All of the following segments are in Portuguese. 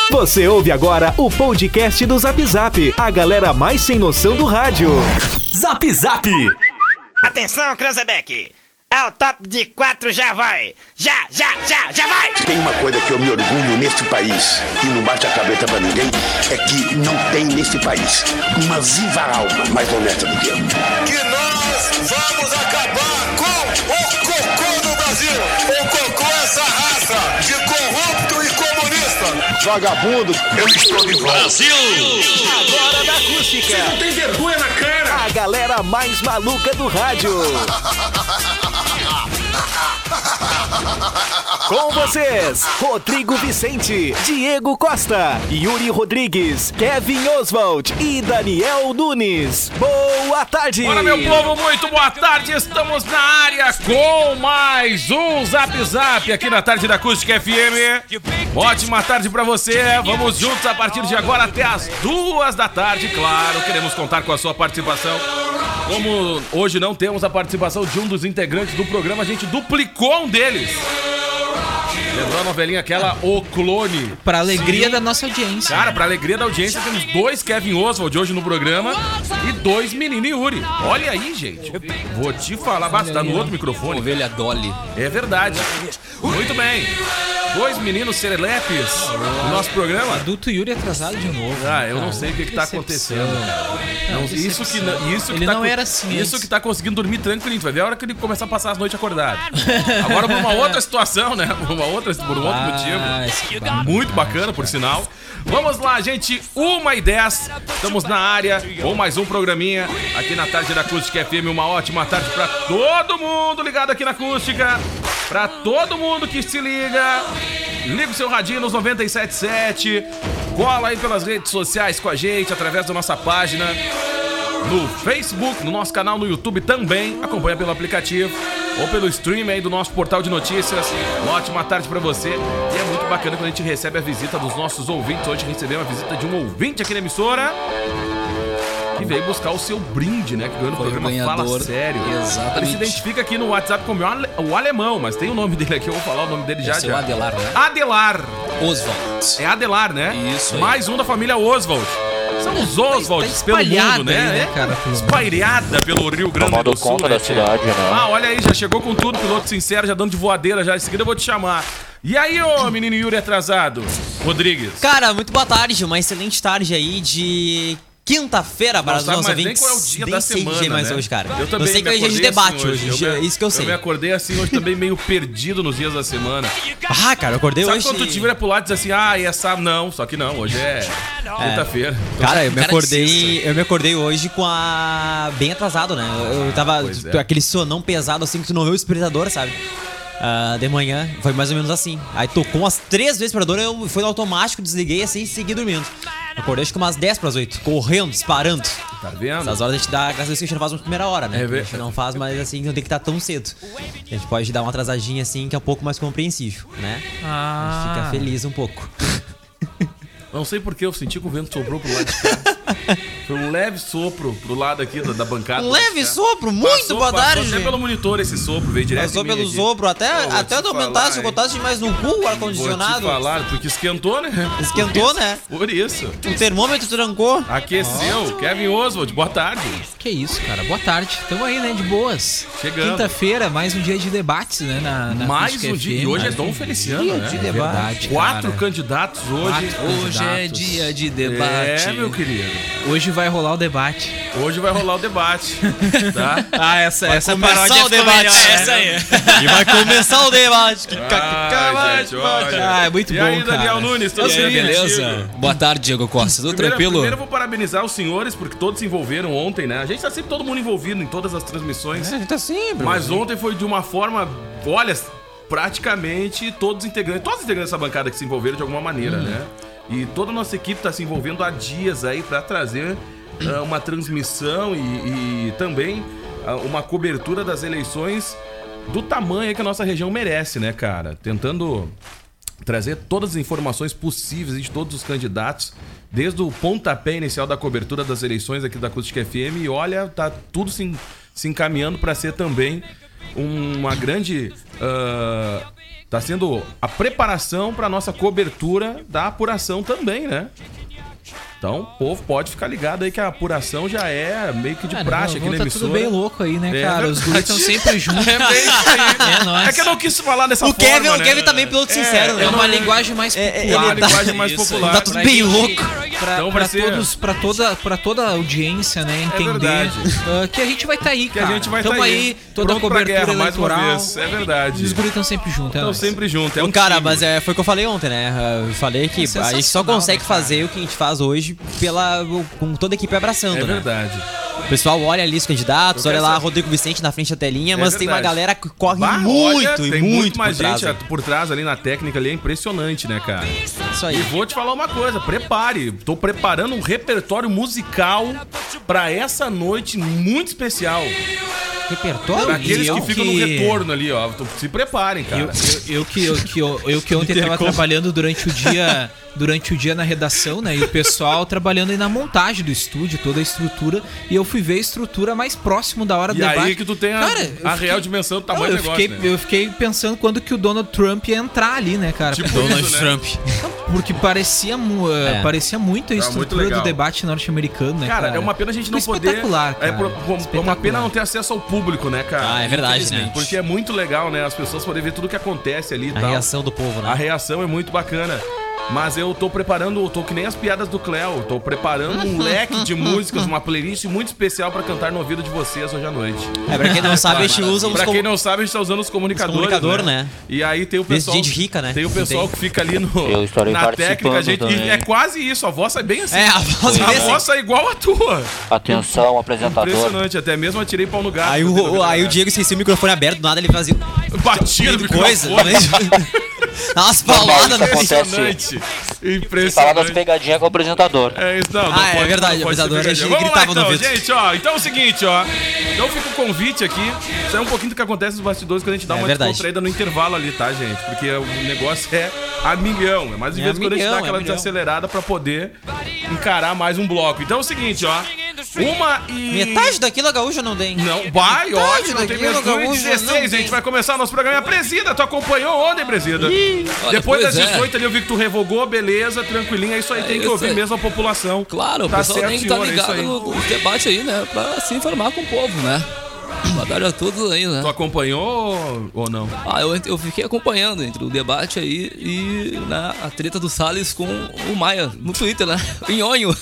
Você ouve agora o podcast do Zap Zap, a galera mais sem noção do rádio. Zap Zap! Atenção, Cranzebeck! É o top de 4, já vai! Já vai! Tem uma coisa que eu me orgulho neste país, e não bate a cabeça pra ninguém, é que não tem neste país uma viva alma mais honesta do que eu. Que nós vamos acabar com o cocô no Brasil! O cocô é essa raça de corrupto e comunista! Vagabundo, eu estou de volta. Brasil! Agora da acústica. Você não tem vergonha na cara! A galera mais maluca do rádio. Com vocês, Rodrigo Vicente, Diego Costa, Yuri Rodrigues, Kevin Oswald e Daniel Nunes. Boa tarde! Bora, meu povo, muito boa tarde. Estamos na área com mais um Zap Zap aqui na tarde da Acústica FM. Ótima tarde pra você. Vamos juntos a partir de agora até as 2 da tarde. Claro, queremos contar com a sua participação. Como hoje não temos a participação de um dos integrantes do programa, a gente duplicou um deles. Lembrou a novelinha aquela, O Clone? Pra alegria da nossa audiência. Cara, pra alegria da audiência, temos 2 Kevin Oswald hoje no programa e 2 Menino Yuri. Olha aí, gente. Vou te falar, basta dar no outro microfone. Ovelha Dolly. É verdade. Muito bem. 2 meninos serelepes no nosso programa. Adulto Yuri atrasado de novo. Ah, eu não sei o que tá acontecendo. Não, isso ele tá, não era assim. Isso que tá conseguindo dormir tranquilo. Vai ver a hora que ele começar a passar as noites acordado. Agora por uma outra situação, né? Por um outro motivo. Muito bacana, por sinal. Vamos lá, gente. 1h10. Estamos na área com mais um programinha aqui na tarde da Acústica FM. Uma ótima tarde pra todo mundo ligado aqui na Acústica. Pra todo mundo que se liga. Liga o seu radinho nos 97.7. Cola aí pelas redes sociais com a gente, através da nossa página no Facebook, no nosso canal no YouTube também. Acompanha pelo aplicativo ou pelo stream aí do nosso portal de notícias. Uma ótima tarde pra você. E é muito bacana quando a gente recebe a visita dos nossos ouvintes. Hoje recebemos a visita de um ouvinte aqui na emissora que veio buscar o seu brinde, né? Que ganhou no programa Fala Sério. Exatamente. Ele se identifica aqui no WhatsApp como o alemão, mas tem o nome dele aqui, eu vou falar o nome dele já. É o Adelar, né? Adelar. Oswald. É Adelar, né? Isso aí. Mais um da família Oswald. São os Oswalds pelo mundo, né? Cara, espalhada pelo Rio Grande do Sul, conta da cidade, né? Ah, olha aí, já chegou com tudo, piloto sincero, já dando de voadeira já. Em seguida eu vou te chamar. E aí, ô menino Yuri atrasado, Rodrigues? Cara, muito boa tarde, uma excelente tarde aí de quinta-feira para os nossos ouvintes. Qual é o dia da semana, mais né? hoje, cara. Eu também sei que hoje é de debate hoje, isso que eu sei. Eu me acordei assim hoje também meio perdido nos dias da semana. Ah, cara, eu acordei Sabe hoje. Sabe quando tu te vira pro lado e diz assim, ah, e essa não, só que não, hoje é quinta-feira. Cara, eu me acordei hoje com a... bem atrasado, né? Eu tava aquele sonão pesado assim que tu não vê o despertador, sabe? De manhã, foi mais ou menos assim. Aí tocou umas 3 vezes para dor, eu fui no automático, desliguei assim e segui dormindo. Acordei acho que umas 10:08, correndo, disparando. Tá vendo? Essas horas a gente dá, graças a Deus que a gente não faz uma primeira hora, né? A gente não faz mais assim, não tem que estar tão cedo. A gente pode dar uma atrasadinha assim, que é um pouco mais compreensível, né? A gente fica feliz um pouco. Não sei porque eu senti que o vento soprou pro lado de cá. Foi um leve sopro pro lado aqui da bancada. Um leve sopro? Muito boa tarde. Passou até pelo monitor esse sopro, veio direto. Passou pelo sopro, até de aumentar, se botasse mais no cu o ar-condicionado. Vou te falar, porque esquentou, né? Esquentou, né? Por isso. O termômetro trancou. Aqueceu. Kevin Oswald, boa tarde. Que isso, cara. Boa tarde. Tamo aí, né? De boas. Chegando. Quinta-feira, mais um dia de debates, né? Na mais um dia. E hoje é Dom Feliciano, né? De debate. Verdade, 4 candidatos hoje. Hoje é dia de debate. É, meu querido. Hoje vai rolar o debate. Hoje vai rolar o debate. Tá? Essa paródia o debate. Essa aí. E vai começar o debate. É muito e bom, aí, Daniel cara. Nunes, tudo bem? Beleza? Boa tarde, Diego Costa. Tudo tranquilo? Primeiro eu vou parabenizar os senhores, porque todos se envolveram ontem, né? A gente tá sempre todo mundo envolvido em todas as transmissões. A gente tá sempre. Mas ontem foi de uma forma, olha, praticamente todos os integrantes dessa bancada que se envolveram de alguma maneira, né? E toda a nossa equipe tá se envolvendo há dias aí pra trazer uma transmissão e também uma cobertura das eleições do tamanho que a nossa região merece, né, cara? Tentando trazer todas as informações possíveis de todos os candidatos, desde o pontapé inicial da cobertura das eleições aqui da Acústica FM. E olha, tá tudo se encaminhando para ser também uma grande... tá sendo a preparação para nossa cobertura da apuração também, né? Então, o povo pode ficar ligado aí que a apuração já é meio que de praxe aqui na emissora. Tá tudo bem louco aí, né, cara? Verdade. Os guris estão sempre juntos. É bem isso aí. Nóis. É que eu não quis falar dessa O forma, né? Kevin também piloto sincero, né? É uma linguagem mais popular. Uma linguagem mais popular. Tá tudo bem louco. Então vai ser... Pra toda a audiência, né, entender verdade. que a gente vai estar aí, Que cara. a gente vai estar Tamo aí, toda a pronto pra cobertura guerra, mais uma eleitoral. vez. É verdade. E os guris estão sempre juntos, Estão sempre juntos. É um Cara, time. mas foi o que eu falei ontem, né? Eu falei que a gente só sensacional, consegue né, cara? fazer o que a gente faz hoje com toda a equipe abraçando, É né? verdade. O pessoal olha ali os candidatos, Eu olha quero lá saber. Rodrigo Vicente na frente da telinha, mas tem uma verdade. galera que corre Bah, muito olha, e tem muito mais por trás, gente né? por trás ali na técnica ali, é impressionante, né, cara? Isso E aí. vou te falar uma coisa, prepare. Tô preparando um repertório musical pra essa noite muito especial. Repertório? Pra aqueles eu que ficam no que- retorno ali, ó. Se preparem, cara. Eu que ontem tava trabalhando durante o dia na redação, né? E o pessoal trabalhando aí na montagem do estúdio, toda a estrutura. E eu fui ver a estrutura mais próximo da hora do E debate. aí que tu tem Cara, eu a fiquei- real dimensão do tamanho Não, do negócio, né? eu fiquei pensando quando que o Donald Trump ia entrar ali, né, cara? Tipo Donald isso, né? Trump. Porque parecia muito a muito estrutura legal. do debate norte-americano, né, Cara, cara? é uma pena a gente não Ficou poder... espetacular, cara. É uma Espetacular. pena não ter acesso ao público, né, cara? Ah, é verdade, Infelizmente, né? Porque é muito legal, né? As pessoas poderem ver tudo que acontece ali e A tal. reação do povo, A né? reação é muito bacana. Mas eu tô preparando, tô que nem as piadas do Cléo, tô preparando um leque de músicas, uma playlist muito especial pra cantar no ouvido de vocês hoje à noite. Pra quem não sabe, a gente usa os Pra quem não sabe, a gente tá usando os comunicadores, comunicador, né? E aí tem o pessoal... Gente rica, né? Tem o pessoal que fica ali Eu estarei na técnica, a gente... participando E é quase isso, a voz é bem assim. É, a voz é A bem assim. voz é igual a tua. Atenção, apresentador. Impressionante, até mesmo eu tirei pau no gato. Aí o Diego esqueceu o microfone aberto, do nada ele fazia Batia no coisa. microfone. Dá umas pauladas no Impressionante. Falar das Impressionante. pegadinhas com o apresentador. É isso, não. Ah, é pode, verdade, não pode ser o apresentador, pegadinha. ele Vamos lá, gritava no então, ouvido. gente, ó. Então é o seguinte, ó. Então fica o convite aqui. Isso é um pouquinho do que acontece nos bastidores quando a gente dá É uma verdade. descontraída no intervalo ali, tá, gente? Porque o negócio é a milhão. É mais de É vez a quando a gente milhão, dá é a aquela milhão. desacelerada pra poder encarar mais um bloco. Então é o seguinte, ó. Uma e... Metade daquilo a gaúcha não tem. Não, vai, olha, não tem daquilo, mesmo. gaúcho, 16, não a gente tem. vai começar nosso programa. Presida, tu acompanhou ontem, Presida? Depois das 18 ali eu vi que tu revogou, beleza, tranquilinho. É isso aí, tem que isso ouvir aí. mesmo a população. Claro, o Tá pessoal certo, tem que estar senhor, é isso ligado aí. no debate aí, né? Pra se informar com o povo, né? Boa tarde a todos aí, né? Tu acompanhou ou não? Ah, eu fiquei acompanhando entre o debate aí e né, a treta do Salles com o Maia no Twitter, né? Nhonho.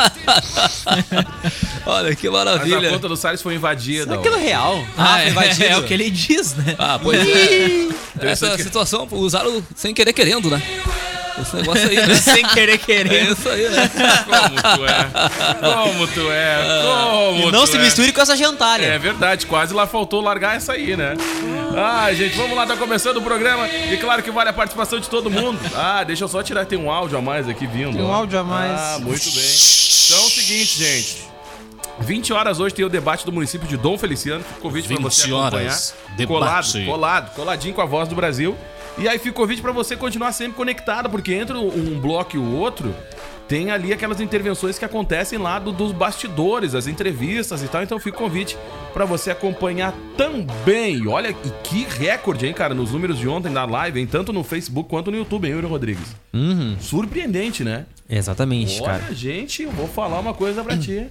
Olha que Mas a maravilha. conta do Salles foi invadida. ó. Aquilo é real. Ah, foi invadido. é o que ele diz, né? Ah, pois é. Essa Interessante que- situação usaram sem querer querendo, né? Esse negócio aí, né? Sem querer É querer. isso aí, né? Como tu é? Como tu é? Como Não tu se é? misture com essa gentalha. É verdade, quase lá faltou largar essa aí, né? Ai, gente, vamos lá, tá começando o programa. E claro que vale a participação de todo mundo. Ah, deixa eu só tirar, tem um áudio a mais aqui vindo. Tem um ó. áudio a mais. Ah, muito bem. Então é o seguinte, gente. 20 horas hoje tem o debate do município de Dom Feliciano. Fica o convite pra você 20 acompanhar. horas, debate. Coladinho com a voz do Brasil. E aí fica o convite pra você continuar sempre conectado, porque entre um bloco e o outro, tem ali aquelas intervenções que acontecem lá dos bastidores, as entrevistas e tal. Então fica o convite pra você acompanhar também. Olha, e que recorde, hein, cara, nos números de ontem da live, hein? Tanto no Facebook quanto no YouTube, hein, Yuri Rodrigues? Surpreendente, né? Exatamente, Olha, cara. gente, eu vou falar uma coisa pra ti.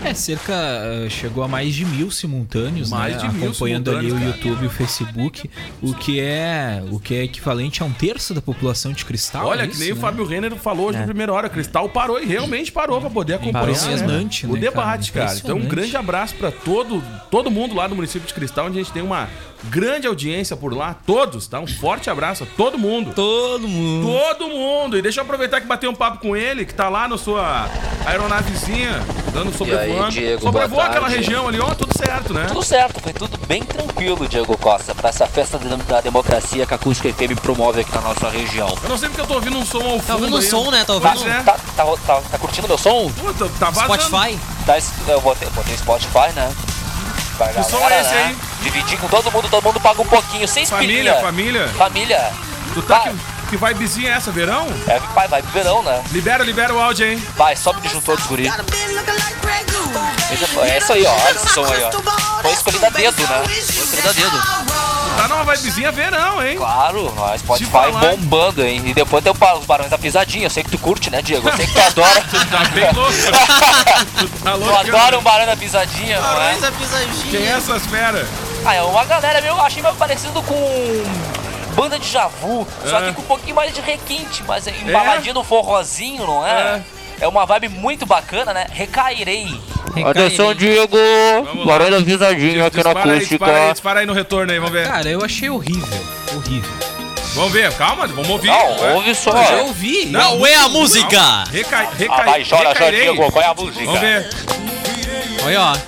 Chegou a mais de 1.000 simultâneos, Mais né? de 1.000 acompanhando ali o simultâneos, cara. YouTube e o Facebook, o que é equivalente a 1/3 da população de Cristal. Olha, é que isso, nem o né? Fábio Renner falou hoje na primeira hora. Cristal parou e realmente parou pra poder acompanhar Impressionante, o né, debate, cara? cara. Então, um Impressionante. grande abraço pra todo mundo lá do município de Cristal, onde a gente tem uma grande audiência por lá. Todos, tá? Um forte abraço a todo mundo. Todo mundo. Todo mundo! E deixa eu aproveitar que bateu um papo com ele, que tá lá na sua aeronavezinha, dando sobrevoando. Diego, Sobrevoou boa aquela tarde. região ali, ó, tudo certo, né? Tudo certo, foi tudo bem tranquilo, Diego Costa, para essa festa da democracia que a Acústica FM promove aqui na nossa região. Eu não sei porque eu tô ouvindo um som ao fundo. Tá ouvindo um aí. som, né? Tá Pois ouvindo é. Tá curtindo meu som? Puta, tá vazando. Spotify. Eu botei Spotify, né? Pra Que som galera, é esse né? aí? Dividir com todo mundo paga um pouquinho, sem Família, espinha. família. Família. Tu tá Vai. que vibezinha é essa, verão? É, vai pro verão, né? Libera o áudio, hein? Vai, sobe que juntou dos guri. É isso aí, ó. Olha esse som aí, ó. Foi escolhido a dedo, né? Foi escolhido a dedo. tá numa vibezinha verão, hein? Claro, a Spotify bombando, hein? E depois tem os Barões da Pisadinha. Eu sei que tu curte, né, Diego? Eu sei que tu adora. Tá bem louco. Tá louco. Tu adora um Barão da Pisadinha, não é? Barões da Pisadinha. Quem é essas feras? Ah, é uma galera meio, achei meio parecido com banda de Javu, só que com um pouquinho mais de requinte, mas embaladinho no forrozinho, não é? É uma vibe muito bacana, né? Recairei. Atenção, Diego. Barões da Pisadinha aqui na acústica. Dispara aí no retorno aí, vamos ver. Cara, eu achei horrível. Vamos ver, calma, vamos ouvir. Não, ouve só. Eu já ouvi. Não é a música. Vai, chora, Diego, qual é a música? Vamos ver. Olha, ó.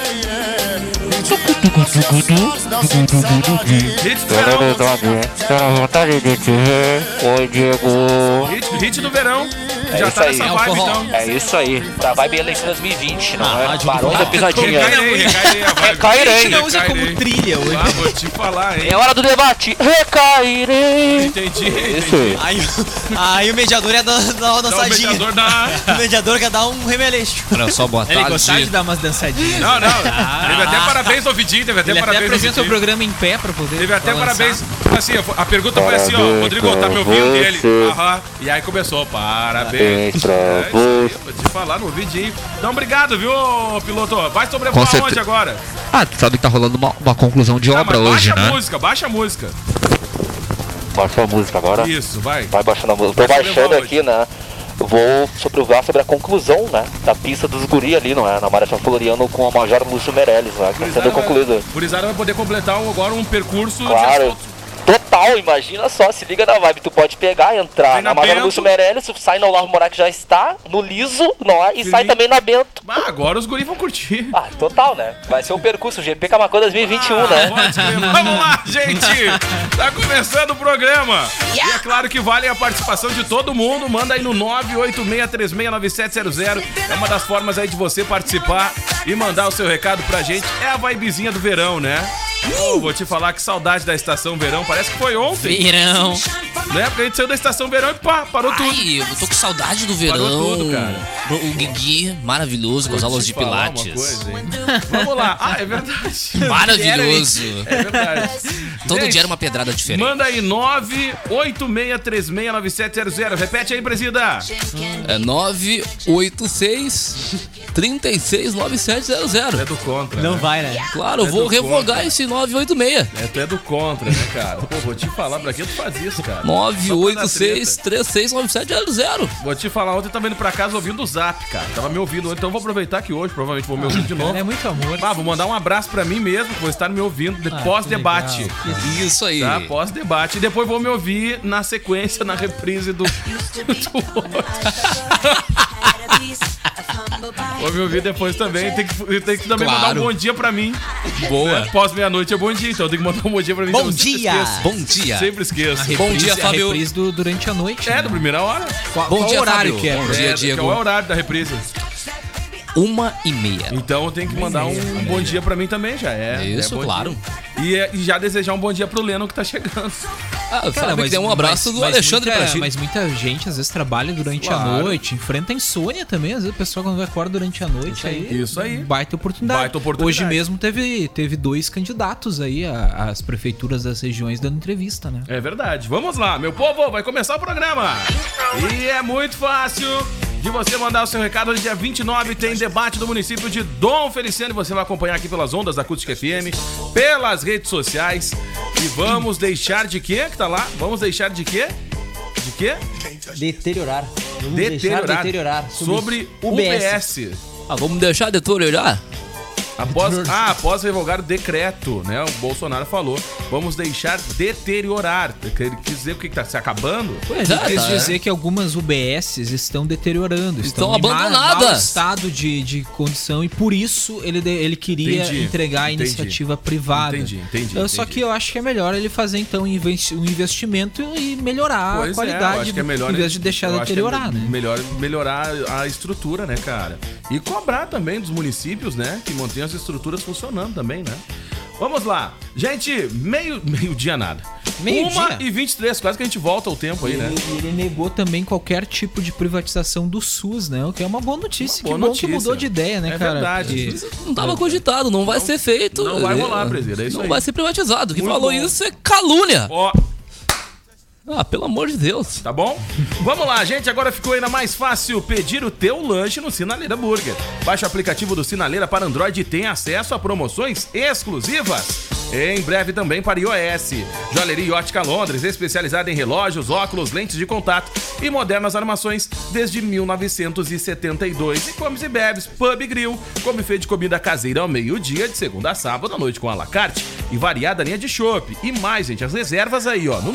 Vontade de te ver. Oi, Diego. Hit do verão. É Já isso tá aí. nessa vibe, então. É isso aí. Pra vibe eleição 2020, não é? Barões da Pisadinha. Recairei. Não usa como trilha hoje. Ah, vou te falar, hein? É hora do debate. Recairei. Entendi. Isso aí. Aí o mediador ia dar uma dançadinha. O mediador quer dar um remeleixo. Olha só, boa tarde. Ele gostava de dar umas dançadinhas. Não. Teve até parabéns no vidinho, Ele até apresenta o programa em pé pra poder. Teve até balançar. Parabéns. Assim, a pergunta foi assim, ó. Rodrigo, tá me ouvindo? E ele, aham. E aí começou, parabéns. Vou te falar no vidinho. Então, obrigado, viu, piloto? Vai sobrevoar onde agora? Ah, tu sabe que tá rolando uma conclusão de obra hoje, né? Baixa a música. Baixou a música agora? Isso, vai. Vai baixando a música. Tô baixando aqui, né? Eu vou sobre a conclusão, né? Da pista dos guri ali, não é? Na Marechal Floriano com a Major Lúcio Meirelles, né? Que tá sendo concluída. Gurizada vai poder completar agora um percurso claro. Total, imagina só, se liga na vibe, tu pode pegar, entrar na Major Lúcio Meirelles, sai no Olavo Moraes que já está, no Liso, não é? E sai também na Bento. Ah, agora os guris vão curtir. Ah, total, né? Vai ser o percurso GP Camacuã 2021, né? Vamos lá, gente! Tá começando o programa. E é claro que vale a participação de todo mundo. Manda aí no 986369700. É uma das formas aí de você participar e mandar o seu recado pra gente. É a vibezinha do verão, né? Vou te falar que saudade da estação verão. Parece que foi ontem. Verão. Né? Porque a gente saiu da estação verão e pá, parou tudo. Ai, eu tô com saudade do verão. Parou tudo, cara. O Guigui, maravilhoso, com as aulas de pilates. Coisa, vamos lá. Ah, é verdade. Maravilhoso. É verdade. Todo gente, dia era uma pedrada diferente. Manda aí 986369700. Repete aí, presida. É 986-369700. É do contra. Não né? vai, né? Claro, eu vou revogar contra. esse 986. Tu é do contra, né, cara? Pô, vou te falar, pra que tu faz isso, cara? 986-369700. Vou te falar, ontem eu tava indo pra casa ouvindo o Zap, cara. Tava me ouvindo ontem, então vou aproveitar que hoje, provavelmente vou me ouvir de novo. É muito amor. Ah, vou mandar um abraço pra mim mesmo, que vou estar me ouvindo pós-debate. Isso aí. Tá, pós-debate. E depois vou me ouvir na sequência, na reprise do Vou me ouvir depois também. Tem que também mandar um bom dia pra mim. Boa. Né? Pós-meia-noite é bom dia, então eu tenho que mandar um bom dia pra mim. Bom dia! Bom dia. Sempre esqueço. Bom dia, Fábio. A reprise durante a noite. É, da primeira hora. Bom dia, horário Fábio. que é? Bom dia, Diego. Qual é o horário da reprise? 1h30. Então eu tenho que mandar um bom dia pra mim também, já é. Isso, claro. E já desejar um bom dia pro Lennon que tá chegando. Ah, cara, mas tem um abraço do Alexandre pra ti. Mas muita gente às vezes trabalha durante a noite, enfrenta insônia também. Às vezes o pessoal quando acorda durante a noite Isso aí. Baita oportunidade. Hoje mesmo teve 2 candidatos aí às prefeituras das regiões dando entrevista, né? É verdade. Vamos lá, meu povo, vai começar o programa. E é muito fácil de você mandar o seu recado. Hoje, dia 29, tem debate do município de Dom Feliciano. E você vai acompanhar aqui pelas ondas da Acústica FM, pelas redes sociais. E vamos deixar de quê que tá lá? Vamos deixar de quê? De quê? Deteriorar. Vamos Deteriorar. Sobre UBS. Vamos deixar deteriorar? Após revogar o decreto, né? O Bolsonaro falou, vamos deixar deteriorar. Quer dizer o que tá se acabando? Pois é, quer dizer que algumas UBSs estão deteriorando, estão abandonadas. Mau estado de condição e por isso ele queria entregar a iniciativa privada. Entendi. Só que eu acho que é melhor ele fazer então um investimento e melhorar a qualidade, em vez de deixar deteriorar, né? Melhorar a estrutura, né, cara? E cobrar também dos municípios, né, que mantém as estruturas funcionando também, né? Vamos lá. Gente, meio-dia nada. 1h23, quase que a gente volta ao tempo aí, né? Ele negou também qualquer tipo de privatização do SUS, né? O que é uma boa notícia. Que bom que mudou de ideia, né, cara? É verdade. Não tava cogitado, não vai ser feito. Não vai rolar, presidente. É isso não aí. vai ser privatizado. Quem Muito falou bom. isso é calúnia. Ó. Pelo amor de Deus. Tá bom? Vamos lá, gente. Agora ficou ainda mais fácil pedir o teu lanche no Sinaleira Burger. Baixe o aplicativo do Sinaleira para Android e tenha acesso a promoções exclusivas. Em breve também para iOS. Joalheria e Ótica Londres, especializada em relógios, óculos, lentes de contato e modernas armações desde 1972. E comes e bebes, pub e grill, com buffet de comida caseira ao meio-dia, de segunda a sábado à noite com a la carte e variada linha de chopp. E mais, gente, as reservas aí, ó, no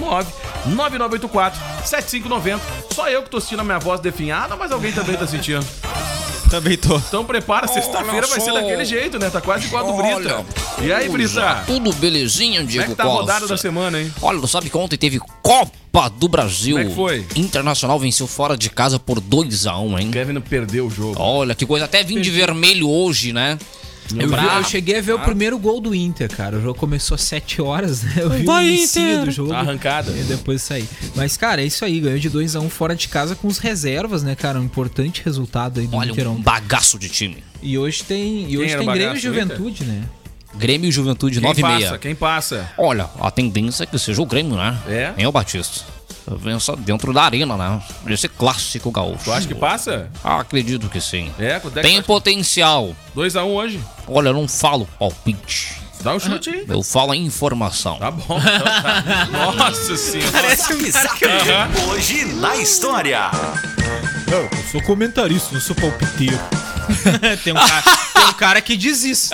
99984-7590. Só eu que tô sentindo a minha voz definhada, mas alguém também tá sentindo. Também tô. Então prepara, sexta-feira vai ser daquele jeito, né? Tá quase igual a do Brita. E aí, Brita? Tudo belezinha, Diego Como é que tá a rodada da semana, hein? Olha, sabe que ontem teve Copa do Brasil. Como é que foi? Internacional venceu fora de casa por 2-1, hein? Kevin não perdeu o jogo. Olha, que coisa. Até vim de vermelho hoje, né? Eu cheguei a ver o primeiro gol do Inter, cara. O jogo começou às 7 horas, né? Eu vi o início do jogo. Arrancada. E depois saí. Mas, cara, é isso aí. Ganhou de 2-1 fora de casa com os reservas, né, cara? Um importante resultado aí do Inter. Um bagaço de time. E hoje tem Grêmio e Juventude, né? Grêmio e Juventude, 9h30. Quem passa? Olha, a tendência é que seja o Grêmio, né? É? Em o Batista. Vença dentro da arena, né? Esse clássico gaúcho. Tu acha que passa? Acredito que sim. Quanto é que tem potencial. 2-1 hoje. Olha, eu não falo palpite. Dá um chute aí. Eu falo em informação. Tá bom. Então tá. Nossa senhora. Parece um Hoje na história. Eu sou comentarista, não sou palpiteiro. tem um cara que diz isso.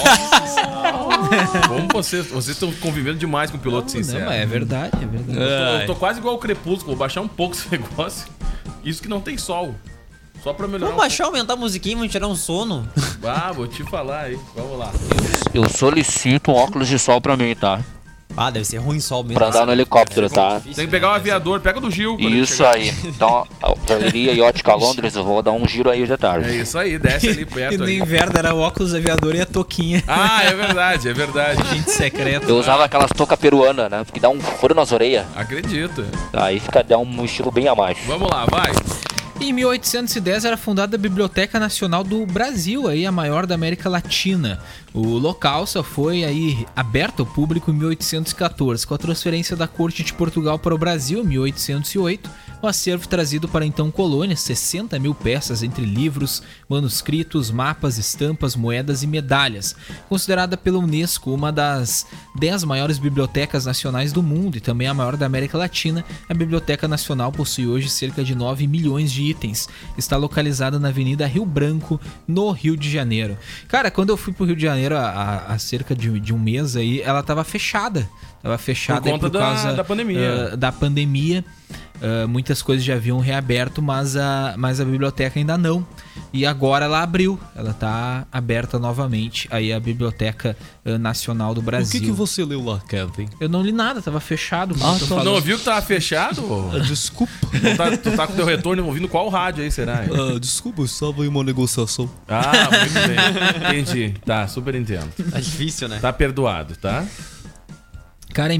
Como vocês estão convivendo demais com o piloto sincero. Não, é verdade, é verdade. Eu tô quase igual o Crepúsculo, vou baixar um pouco esse negócio. Isso que não tem sol. Só pra melhorar. Vamos baixar, aumentar a musiquinha, vamos tirar um sono. Vou te falar aí. Vamos lá. Eu solicito um óculos de sol pra mim, tá? Deve ser ruim sol mesmo. Pra andar no helicóptero, tá? Tem que pegar o aviador, pega do Gil. Isso aí. Então, Joalheria e Ótica Londres, eu vou dar um giro aí hoje à tarde. É isso aí, desce ali perto. E no inverno era o óculos aviador e a toquinha. É verdade, é verdade. Gente secreta. Eu usava aquelas toucas peruanas, né? Porque dá um furo nas orelhas. Acredito. Aí dá um estilo bem a mais. Vamos lá, vai. Em 1810 era fundada a Biblioteca Nacional do Brasil, aí a maior da América Latina. O local só foi aí aberto ao público em 1814, com a transferência da Corte de Portugal para o Brasil em 1808. O acervo trazido para a então colônia, 60 mil peças entre livros, manuscritos, mapas, estampas, moedas e medalhas. Considerada pela Unesco uma das 10 maiores bibliotecas nacionais do mundo e também a maior da América Latina, a Biblioteca Nacional possui hoje cerca de 9 milhões de itens. Está localizada na Avenida Rio Branco, no Rio de Janeiro. Cara, quando eu fui pro Rio de Janeiro há cerca de um mês aí, ela estava fechada. Estava fechada por conta causa da pandemia. Da pandemia. Muitas coisas já haviam reaberto, mas a biblioteca ainda não. E agora ela abriu, ela tá aberta novamente. Aí a Biblioteca Nacional do Brasil. O que você leu lá, Kevin? Eu não li nada, tava fechado. Não viu que tava fechado? Desculpa. Tu tá com teu retorno ouvindo qual rádio aí, será? Desculpa, eu estava em uma negociação. Muito bem. Entendi. Tá, super entendo. Tá difícil, né? Tá perdoado, tá? Cara, em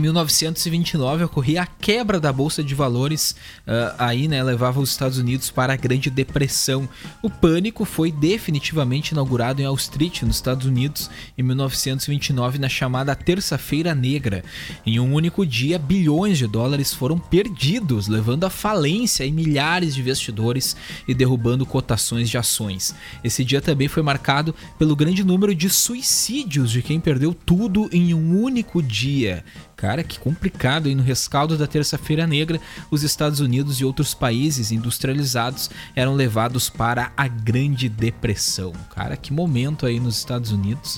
1929 ocorria a quebra da Bolsa de Valores, aí, né, levava os Estados Unidos para a Grande Depressão. O pânico foi definitivamente inaugurado em Wall Street, nos Estados Unidos, em 1929, na chamada Terça-feira Negra. Em um único dia, bilhões de dólares foram perdidos, levando à falência em milhares de investidores e derrubando cotações de ações. Esse dia também foi marcado pelo grande número de suicídios de quem perdeu tudo em um único dia. Cara, que complicado. E no rescaldo da Terça-feira Negra, os Estados Unidos e outros países industrializados eram levados para a Grande Depressão. Cara, que momento aí nos Estados Unidos.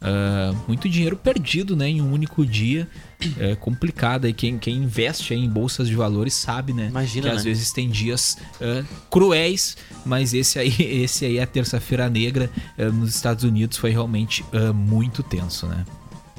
Muito dinheiro perdido, né, em um único dia. É complicado. E quem investe aí em bolsas de valores sabe, né? Imagina, que às né? vezes tem dias cruéis, mas esse aí, a Terça-feira Negra nos Estados Unidos foi realmente muito tenso, né?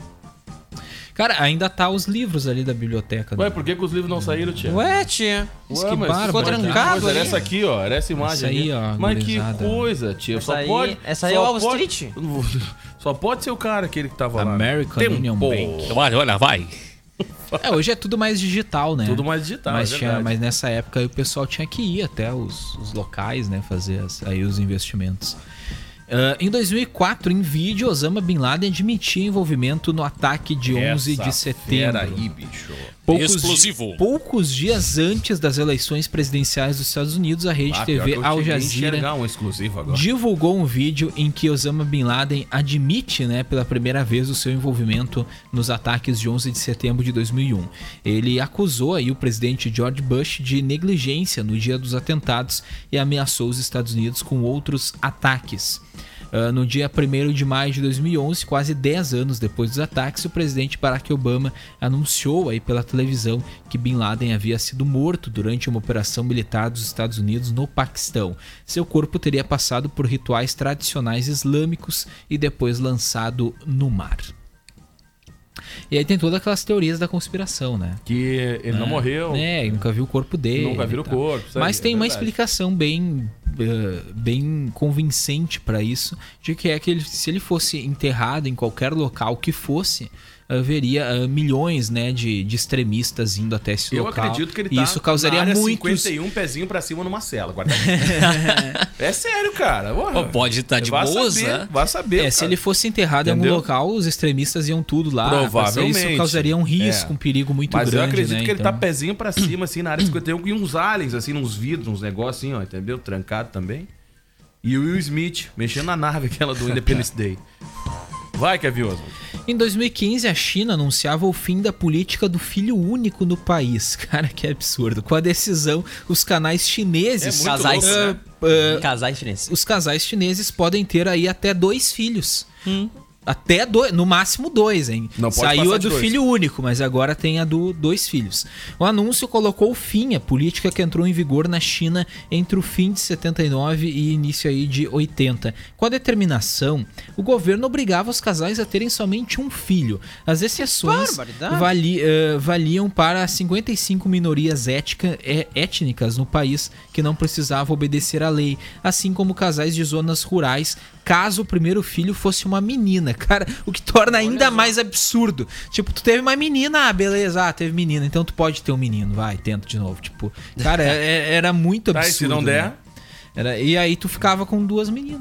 Cara, ainda tá os livros ali da biblioteca. Ué, por que os livros não saíram, tia? Ué, tia. Que bárbaro. Ficou trancado Era aí. essa aqui, ó. Era essa imagem Essa aí, ó. Mas que gurizada. coisa, tia. Essa aí é o Wall Street. Só pode ser o cara, aquele que tava lá. American Union Bank. Olha, vai. Hoje é tudo mais digital, né? Tudo mais digital, mas nessa época aí o pessoal tinha que ir até os locais, né? Fazer aí os investimentos. Em 2004, em vídeo, Osama Bin Laden admitia envolvimento no ataque de 11 de setembro. Aí, bicho. Explosivo. Poucos dias antes das eleições presidenciais dos Estados Unidos, a rede TV Al Jazeera divulgou um vídeo em que Osama Bin Laden admite, né, pela primeira vez o seu envolvimento nos ataques de 11 de setembro de 2001. Ele acusou aí o presidente George Bush de negligência no dia dos atentados e ameaçou os Estados Unidos com outros ataques. No dia 1º de maio de 2011, quase 10 anos depois dos ataques, o presidente Barack Obama anunciou aí pela televisão que Bin Laden havia sido morto durante uma operação militar dos Estados Unidos no Paquistão. Seu corpo teria passado por rituais tradicionais islâmicos e depois lançado no mar. E aí tem todas aquelas teorias da conspiração, né? Que ele não morreu. Nunca viu o corpo dele. Nunca viu o corpo. Mas tem uma explicação bem convincente para isso, de que é que se ele fosse enterrado em qualquer local que fosse, haveria milhões, né, de extremistas indo até esse local. Eu acredito que ele tá isso causaria na área muitos... 51, pezinho pra cima numa cela. É sério, cara. Pode estar de boas, né? Vai saber. Se ele fosse enterrado em algum local, os extremistas iam tudo lá. Provavelmente. Isso causaria um risco, um perigo muito grande. Mas eu acredito, né, que ele tá pezinho pra cima, assim, na área 51, e uns aliens, assim, uns vidros, uns negócios assim, ó, entendeu? Trancado também. E o Will Smith mexendo na nave, aquela do Independence Day. Vai, Kevin Oswald. Em 2015, a China anunciava o fim da política do filho único no país. Cara, que absurdo. Com a decisão, os canais chineses... Casais chineses. Os casais chineses podem ter aí até 2 filhos. Até 2, no máximo 2, hein? Não pode Saiu passar a do de 2. filho único, mas agora tem a do 2 filhos. O anúncio colocou fim à política que entrou em vigor na China entre o fim de 79 e início aí de 80. Com a determinação, o governo obrigava os casais a terem somente um filho. As exceções valiam para 55 minorias étnicas no país que não precisavam obedecer à lei, assim como casais de zonas rurais, caso o primeiro filho fosse uma menina. Cara, o que torna ainda mais absurdo. Tipo, tu teve uma menina, beleza, teve menina, então tu pode ter um menino, vai, tenta de novo. Tipo, cara, era muito absurdo. E se não der? Né? E aí tu ficava com 2 meninas.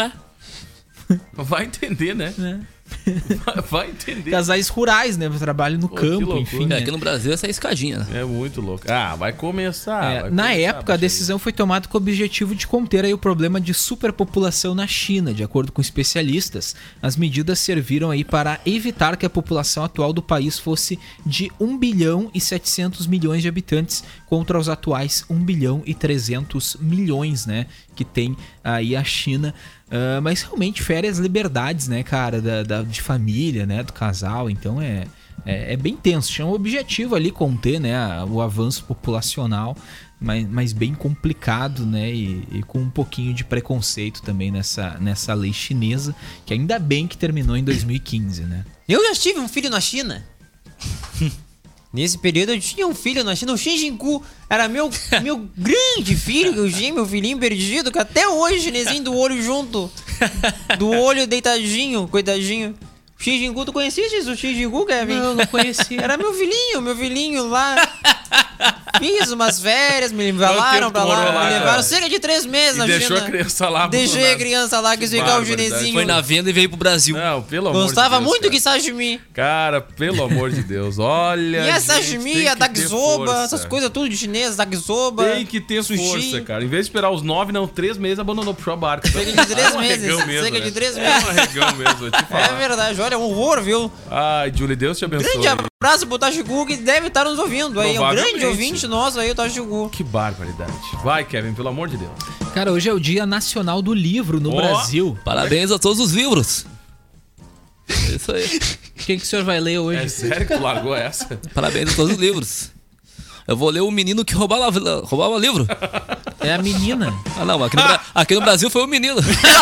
Vai entender, né? Vai entender. Casais rurais, né? Trabalho no campo, enfim. Né? Aqui no Brasil essa é escadinha, né? É muito louco. Vai começar. Na época, a decisão foi tomada com o objetivo de conter aí o problema de superpopulação na China. De acordo com especialistas, as medidas serviram aí para evitar que a população atual do país fosse de 1 bilhão e 700 milhões de habitantes contra os atuais 1 bilhão e 300 milhões, né? Que tem aí a China. Mas realmente fere as liberdades, né, cara, de família, né, do casal. Então é bem tenso. Tinha um objetivo ali conter, né, o avanço populacional, mas bem complicado, né, e com um pouquinho de preconceito também nessa lei chinesa, que ainda bem que terminou em 2015, né. Eu já tive um filho na China. Nesse período eu tinha um filho na China, o Xin Jingu era meu grande filho, que eu tinha, meu filhinho perdido, que até hoje, chinesinho do olho junto, do olho deitadinho, coitadinho. O Xin Jingu, tu conheciste isso, o Xin Jingu, Kevin? Não conhecia. Era meu filhinho lá. Fiz umas férias, me levaram pra lá, me levaram cerca de 3 meses na China. Deixou a criança lá. Deixei a criança lá, quis ficar o chinesinho. Foi na venda e veio pro Brasil. Não, pelo amor de Deus. Gostava muito que sashimi. Cara, pelo amor de Deus, olha. E a sashimi, a dakisoba, essas coisas tudo de chinês, dakisoba. Tem que ter sushi. Força, cara. Em vez de esperar os 9, não, 3 meses, abandonou pro barco. Cerca de 3 meses. Cerca de 3 meses. É um arregão mesmo, vou te falar. É verdade, olha, é um horror, viu? Ai, Julie, Deus te abençoe. Grande abraço pro Tashigu, que deve estar nos ouvindo aí. É um grande ouvinte nosso aí, o Tashigu. Que barbaridade. Vai, Kevin, pelo amor de Deus. Cara, hoje é o Dia Nacional do Livro no Brasil. Parabéns a todos os livros. É isso aí. O que o senhor vai ler hoje? É sério que tu largou essa? Parabéns a todos os livros. Eu vou ler o menino que roubava livro. É a menina. Ah, não, aqui no Brasil foi o menino.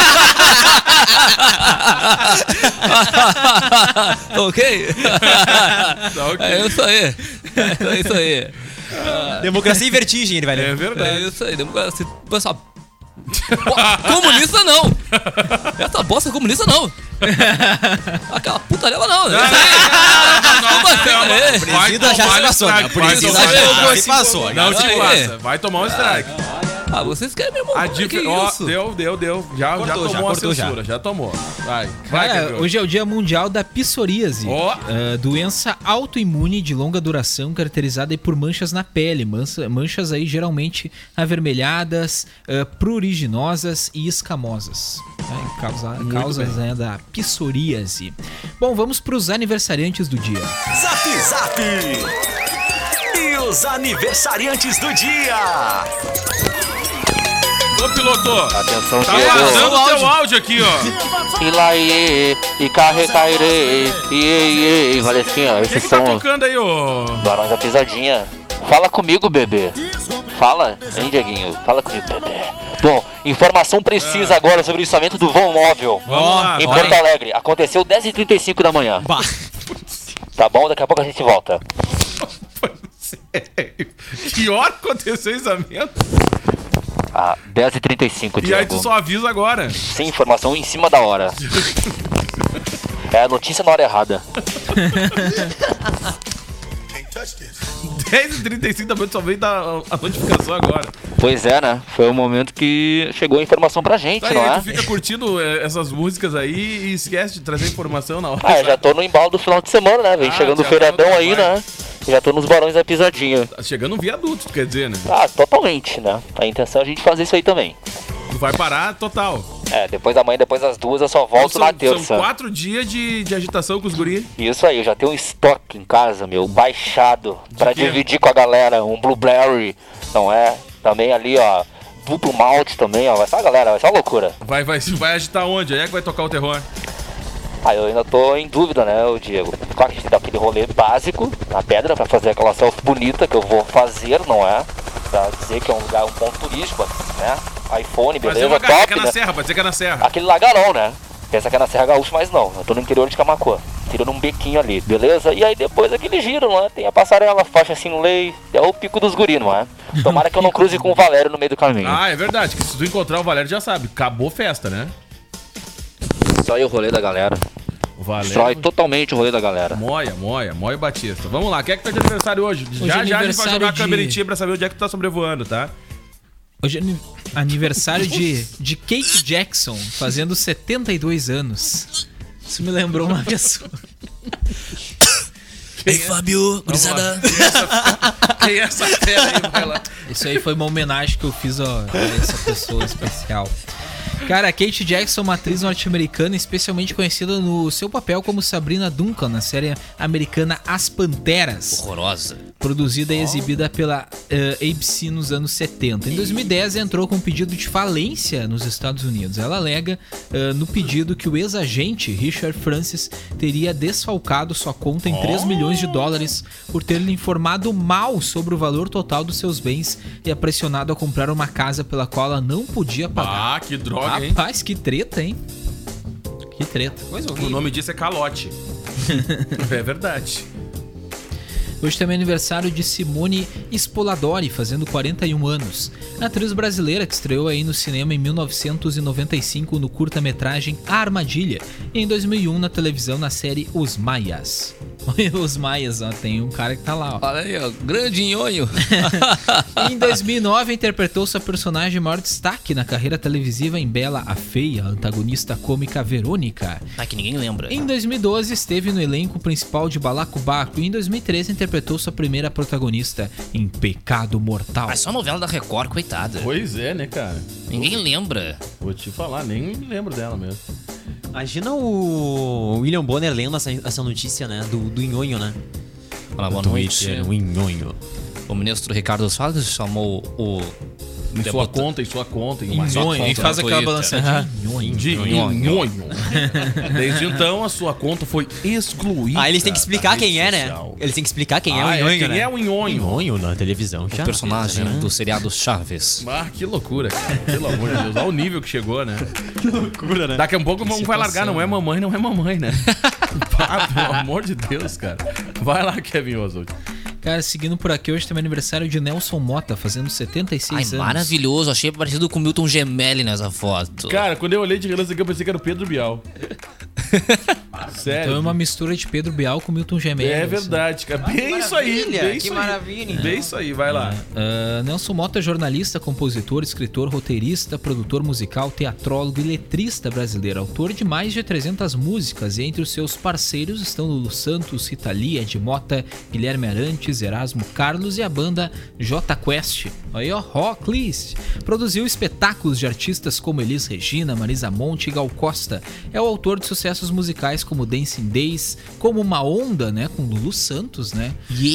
Ok? É isso aí. É isso aí. Democracia e vertigem, ele vai ler. É verdade. É isso aí, democracia. Pessoal, Comunista não! Essa bosta comunista não! Aquela putarela não! Presida já se passou, né? Presida já se passou. Não te passa, vai tomar um strike. Ah, vocês querem mesmo? Deu. Já tomou a censura, já tomou. Vai, hoje é o Dia Mundial da Psoríase. Doença autoimune de longa duração caracterizada aí por manchas na pele. Manchas aí geralmente avermelhadas, pruriginosas e escamosas. Causas né, da psoríase. Bom, vamos para os aniversariantes do dia. Zap! E os aniversariantes do dia. Ô, piloto! Atenção, tá vazando o teu áudio aqui, ó. Ilaie, e carrecaire, e Valesquinha, esses que tá são tocando aí, ô? Barões da Pisadinha. Fala comigo, bebê. Fala, hein, Dieguinho? Fala comigo, bebê. Bom, informação precisa agora sobre o içamento do voo móvel em Porto Alegre. Aconteceu 10h35 da manhã. Tá bom? Daqui a pouco a gente volta. Sério? Que hora aconteceu o içamento? 10h35, Diego. E aí tu só avisa agora. Sim, informação em cima da hora. É a notícia na hora errada. 10h35 da manhã só veio dar a notificação agora. Pois é, né? Foi o momento que chegou a informação pra gente, tá não aí, é? Tu fica curtindo essas músicas aí e esquece de trazer informação na hora. Já tô no embalo do final de semana, né? Vem chegando o feriadão aí, né? Já tô nos Barões da Pisadinha. Tá chegando um viaduto, tu quer dizer, né? Totalmente, né? A intenção é a gente fazer isso aí também. Tu vai parar total. Depois da manhã, depois das 2, eu só volto na terça. São 4 dias de agitação com os guris. Isso aí, eu já tenho um estoque em casa, meu, baixado, pra dividir com a galera, um Blueberry, não é? Também ali, ó, duplo malte também, ó, vai ser uma galera, vai ser uma loucura. Vai agitar onde? Aí é que vai tocar o terror? Eu ainda tô em dúvida, né, Diego? Claro que a gente tem que dar aquele rolê básico na pedra pra fazer aquela selfie bonita que eu vou fazer, não é? Pra dizer que é um lugar, um ponto turístico, né? iPhone, beleza, top, pode dizer que é na Serra. Aquele lagarão, né? Pensa que é na Serra Gaúcha, mas não. Eu tô no interior de Camaquã, tirando um bequinho ali, beleza? E aí depois aquele giro, né? Tem a passarela, faixa assim, lei, é o pico dos guris, não é? Tomara que eu não cruze com o Valério no meio do caminho. É verdade, que se tu encontrar o Valério já sabe, acabou festa, né? Só aí o rolê da galera. Destrói totalmente o rolê da galera. Moia Batista. Vamos lá, quem é que tá de aniversário hoje? Já a gente vai jogar a câmera pra saber onde é que tu tá sobrevoando, tá? Hoje é aniversário de Kate Jackson, fazendo 72 anos. Isso me lembrou uma pessoa. Ei, Fábio, gurizada. Quem é essa tela aí, vai lá? Isso aí foi uma homenagem que eu fiz a essa pessoa especial. Cara, a Kate Jackson, uma atriz norte-americana especialmente conhecida no seu papel como Sabrina Duncan na série americana As Panteras. Horrorosa. Produzida e exibida pela ABC nos anos 70. Em 2010 entrou com um pedido de falência nos Estados Unidos. Ela alega no pedido que o ex-agente Richard Francis teria desfalcado sua conta em 3 milhões de dólares por ter lhe informado mal sobre o valor total dos seus bens e a pressionado a comprar uma casa pela qual ela não podia pagar. Que droga, hein? Rapaz, que treta, hein? Que treta. O nome disso é calote. É verdade. Hoje também é aniversário de Simone Spoladori, fazendo 41 anos. A atriz brasileira que estreou aí no cinema em 1995 no curta-metragem A Armadilha e em 2001 na televisão na série Os Maias. Os Maias, ó, tem um cara que tá lá, ó. Olha aí, ó, grande nhonho. Em 2009 interpretou sua personagem de maior destaque na carreira televisiva em Bela a Feia, a antagonista cômica Verônica. Que ninguém lembra. Em 2012 esteve no elenco principal de Balacobaco e em 2013 interpretou sua primeira protagonista em Pecado Mortal. Só novela da Record, coitada. Pois é, né, cara? Ninguém lembra. Vou te falar, nem lembro dela mesmo. Imagina o William Bonner lendo essa notícia, né? Do nhonho, né? Olá, boa noite. O nhonho. O ministro Ricardo Salles chamou o... Em sua conta. E faz aquela balançadinha. Nhonho. Desde então, a sua conta foi excluída. Eles têm que explicar quem é, né? Eles têm que explicar quem é o nhonho, né? Quem é o nhonho? Nhonho na televisão. O personagem do seriado Chaves. Que loucura, cara. Pelo amor de Deus. Olha o nível que chegou, né? Que loucura, né? Daqui a pouco um vai largar. Não é mamãe, né? Pelo amor de Deus, cara. Vai lá, Kevin Oswald. Cara, seguindo por aqui, hoje também é aniversário de Nelson Motta, fazendo 76 anos. Maravilhoso. Achei parecido com o Milton Gemelli nessa foto. Cara, quando eu olhei de relance aqui, eu pensei que era o Pedro Bial. Sério. Então é uma mistura de Pedro Bial com Milton Gemelli. É verdade, cara. Bem isso aí. Bem Que maravilha. Bem isso aí, vai lá. Nelson Motta é jornalista, compositor, escritor, roteirista, produtor musical, teatrólogo e letrista brasileiro. Autor de mais de 300 músicas, e entre os seus parceiros estão Lulu Santos, Rita Lee, Ed Mota, Guilherme Arantes, Erasmo Carlos e a banda J Quest. Aí ó, Rocklist. Produziu espetáculos de artistas como Elis Regina, Marisa Monte e Gal Costa. É o autor de sucessos musicais como Dancing Days, como Uma Onda, né, com Lulu Santos, né?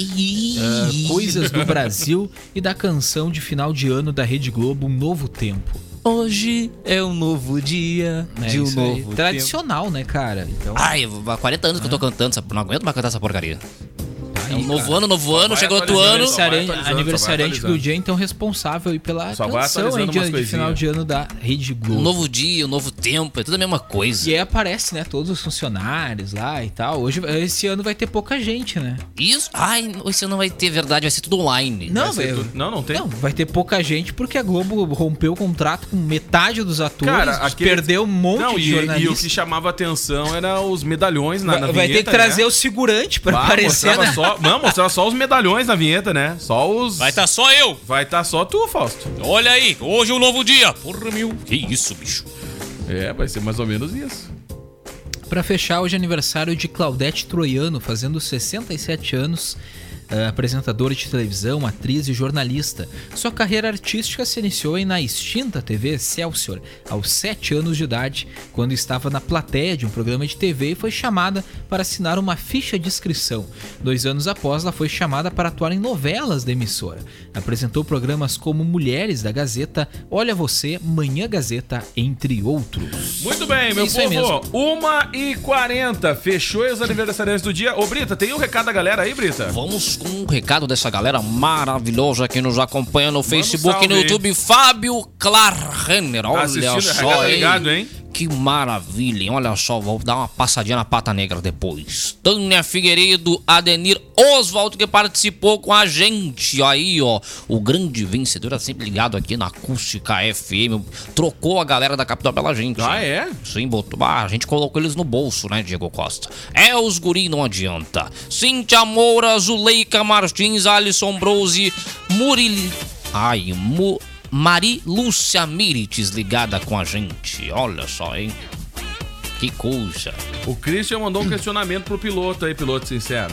Coisas do Brasil e da canção de final de ano da Rede Globo, Um Novo Tempo. Hoje é um novo dia de um novo tempo. Tradicional, né, cara? Então... Ai, há 40 anos que eu tô cantando, não aguento mais cantar essa porcaria. É um novo ano, chegou outro ano. Aniversariante do dia, então responsável pela canção em dia de final de ano da Rede Globo. Um novo dia, um novo tempo, é tudo a mesma coisa. E aí aparece, né, todos os funcionários lá e tal. Hoje, esse ano vai ter pouca gente, né? Isso? Ai, esse ano vai ter, verdade, vai ser tudo online. Não, não tem. Não, vai ter pouca gente porque a Globo rompeu o contrato com metade dos atores, cara, perdeu um monte de jornalistas. E o que chamava atenção era os medalhões na vinheta. Vai ter que trazer o segurante pra aparecer, né? Mostrar só os medalhões na vinheta, né? Só os... Vai estar só eu. Vai estar só tu, Fausto. Olha aí, hoje é um novo dia. Porra, meu. Que isso, bicho. Vai ser mais ou menos isso. Pra fechar, hoje é aniversário de Claudete Troiano, fazendo 67 anos. Apresentadora de televisão, atriz e jornalista. Sua carreira artística se iniciou na extinta TV Excelsior, aos 7 anos de idade, quando estava na plateia de um programa de TV e foi chamada para assinar uma ficha de inscrição. 2 anos após, ela foi chamada para atuar em novelas da emissora. Apresentou programas como Mulheres da Gazeta, Olha Você, Manhã Gazeta, entre outros. Muito bem, meu povo. 1h40. Fechou os aniversariantes do dia. Ô, Brita, tem um recado da galera aí, Brita? Vamos com um recado dessa galera maravilhosa que nos acompanha no Facebook e no YouTube. Fábio Klarrenner, olha só, hein? Que maravilha, hein? Olha só, vou dar uma passadinha na Pata Negra depois. Tânia Figueiredo, Adenir Oswaldo, que participou com a gente. Aí, ó, o grande vencedor, é sempre ligado aqui na Acústica FM. Trocou a galera da capital pela gente. Ah, é? Sim, botou. A gente colocou eles no bolso, né, Diego Costa? É os guri, não adianta. Cíntia Moura, Zuleika Martins, Alisson Brose, Mari Lúcia Mirites ligada com a gente. Olha só, hein? Que coisa. O Christian mandou um questionamento pro piloto aí, piloto sincero.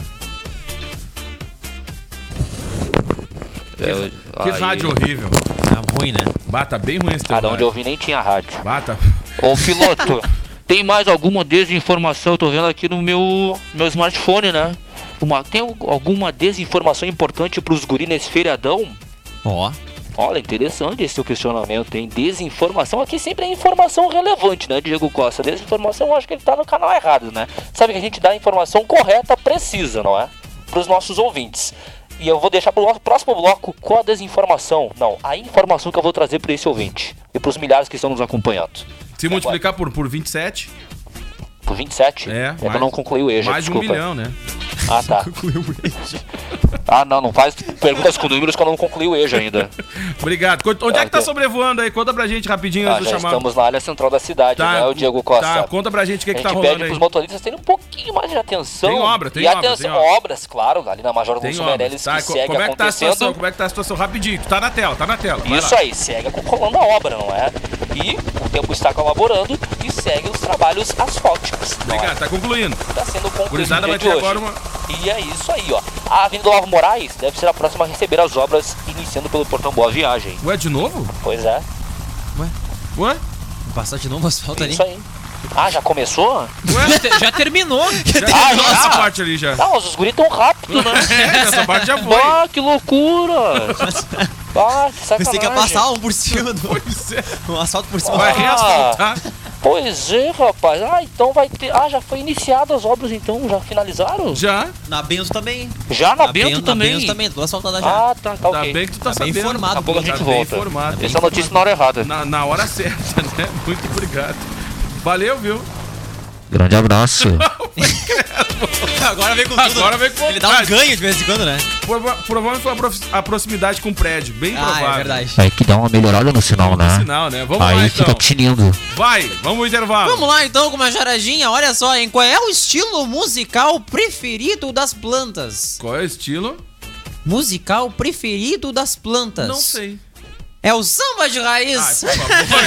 Que rádio horrível. Tá ruim, né? Bata bem ruim esse teu rádio. Onde eu vi nem tinha rádio. Bata. Ô, piloto, tem mais alguma desinformação? Eu tô vendo aqui no meu smartphone, né? Tem alguma desinformação importante pros guri nesse feriadão? Ó. Olha, interessante esse seu questionamento. Tem desinformação. Aqui sempre é informação relevante, né, Diego Costa? Desinformação, eu acho que ele tá no canal errado, né? Sabe que a gente dá a informação correta, precisa, não é? Pros nossos ouvintes. E eu vou deixar pro nosso próximo bloco com a desinformação. Não, a informação que eu vou trazer pra esse ouvinte. E pros milhares que estão nos acompanhando. Se multiplicar por 27... Por 27? É, eu não concluí o EJA, mais desculpa. de 1 milhão, né? Ah, tá. Não faz perguntas com números que eu não concluí o EJA ainda. Obrigado. Onde é que tá sobrevoando aí? Conta pra gente rapidinho antes do chamado. Estamos na área central da cidade, né, o Diego Costa? Tá, conta pra gente o que tá rolando aí. A gente pede pros motoristas terem um pouquinho mais de atenção. Tem obra. Obras, claro, ali na Major Gonçalves Meirelles, que segue acontecendo. Como é que tá a situação? Rapidinho, tá na tela. Isso aí, segue rolando a obra, não é? E o tempo está colaborando e segue os trabalhos asfálticos. Obrigado, tá concluindo. Tá sendo concluído vai ter agora uma... E é isso aí, ó. A Avenida Olavo Moraes deve ser a próxima a receber as obras, iniciando pelo Portão Boa Viagem. Ué, de novo? Pois é. Ué? Passar de novo o asfalto ali? Isso aí. Já começou? Ué? Já terminou. Essa parte ali já. Não, os guris tão rápido, né? Essa parte já foi. Que loucura. Que sacanagem. Pensei que ia passar um por cima do... Pois é. Um asfalto por cima. Vai reasfaltar. Pois é, rapaz. Então vai ter... já foi iniciadas as obras, então? Já finalizaram? Já. Na Bento também. Já na Bento também? Na Bento também, tô asfaltada já. Tá Tá ok. bem que tu tá sabendo. Bem informado. Daqui a pouco a gente volta. Informado. Essa notícia na hora errada. Na hora certa, né? Muito obrigado. Valeu, viu? Grande abraço. Agora vem com tudo. Agora vem com Ele dá um ganho de vez em quando, né? Provavelmente foi a proximidade com o prédio, bem provável. É verdade. Aí que dá uma melhorada no sinal, né? Sinal, né? Vamos Aí lá, fica então. tinindo. Vai, vamos ao intervalo. Vamos lá então com uma charadinha. Olha só, hein? Qual é o estilo musical preferido das plantas? Qual é o estilo? Musical preferido das plantas? Não sei. É o samba de raiz. Ai, por favor.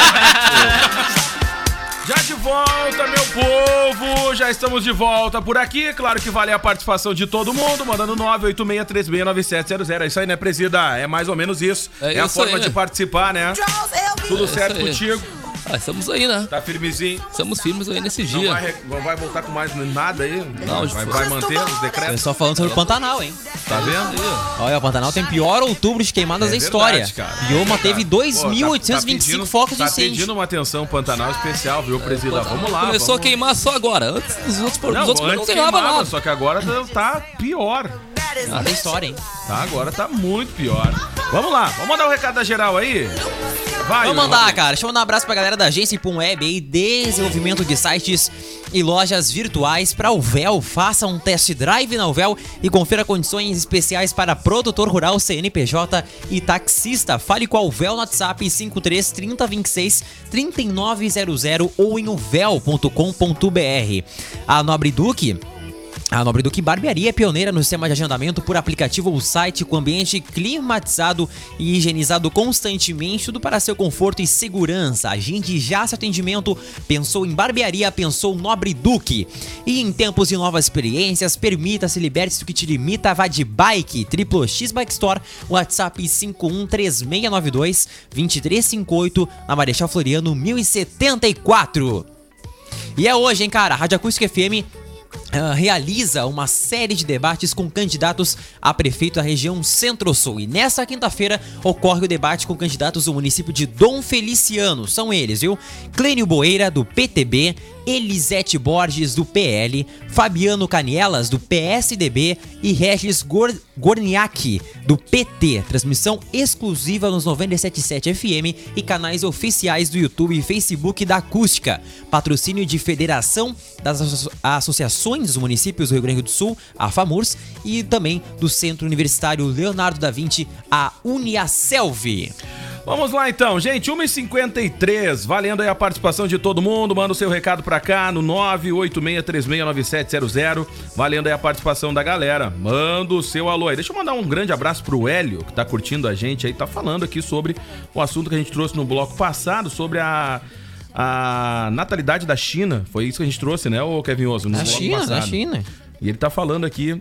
Já de volta, meu povo! Já estamos de volta por aqui. Claro que vale a participação de todo mundo, mandando 986369700. É isso aí, né, presida? É mais ou menos isso. É a forma de participar, né? Tudo certo contigo? Estamos aí, né? Tá firmezinho? Estamos firmes aí nesse dia. Não vai voltar com mais nada aí? Não, vai manter os decretos? Só falando sobre o Pantanal, hein? Tá vendo? Olha, o Pantanal tem pior outubro de queimadas da história. Bioma teve 2.825 focos de incêndio. Tá pedindo uma atenção Pantanal especial, viu, presida? Vamos lá. Começou a queimar só agora. Antes dos outros não queimava nada. Só que agora tá pior. Tem história, hein? Tá, agora tá muito pior. Vamos lá, vamos mandar o recado da geral aí? Vai, vamos mandar, cara. Deixa eu mandar um abraço pra galera da agência Ipum Web aí, desenvolvimento de sites e lojas virtuais pra Uvel. Faça um test drive na Uvel e confira condições especiais para produtor rural, CNPJ e taxista. Fale com a Uvel no WhatsApp 53 30 26 3900 ou em uvel.com.br. A Nobre Duque Barbearia é pioneira no sistema de agendamento por aplicativo ou site, com ambiente climatizado e higienizado constantemente, tudo para seu conforto e segurança. Agende já seu atendimento. Pensou em barbearia, pensou Nobre Duque. E em tempos de novas experiências, permita-se, liberte-se do que te limita, vá de bike. Triplo X Bike Store, WhatsApp 513692-2358, na Marechal Floriano 1074. E é hoje, hein, cara, a Rádio Acústica FM realiza uma série de debates com candidatos a prefeito da região Centro-Sul. E nessa quinta-feira ocorre o debate com candidatos do município de Dom Feliciano. São eles, viu? Clênio Boeira, do PTB, Elisete Borges, do PL, Fabiano Canielas, do PSDB e Regis Gorniak, do PT. Transmissão exclusiva nos 97.7 FM e canais oficiais do YouTube e Facebook da Acústica. Patrocínio de Federação das Associações dos Municípios do Rio Grande do Sul, a FAMURS, e também do Centro Universitário Leonardo da Vinci, a Uniaselv. Vamos lá então, gente, 1h53, valendo aí a participação de todo mundo, manda o seu recado pra cá no 986369700, valendo aí a participação da galera, manda o seu alô aí. Deixa eu mandar um grande abraço pro Hélio, que tá curtindo a gente aí, tá falando aqui sobre o assunto que a gente trouxe no bloco passado, sobre a natalidade da China. Foi isso que a gente trouxe, né, ô Kevin Oso? Da China. E ele tá falando aqui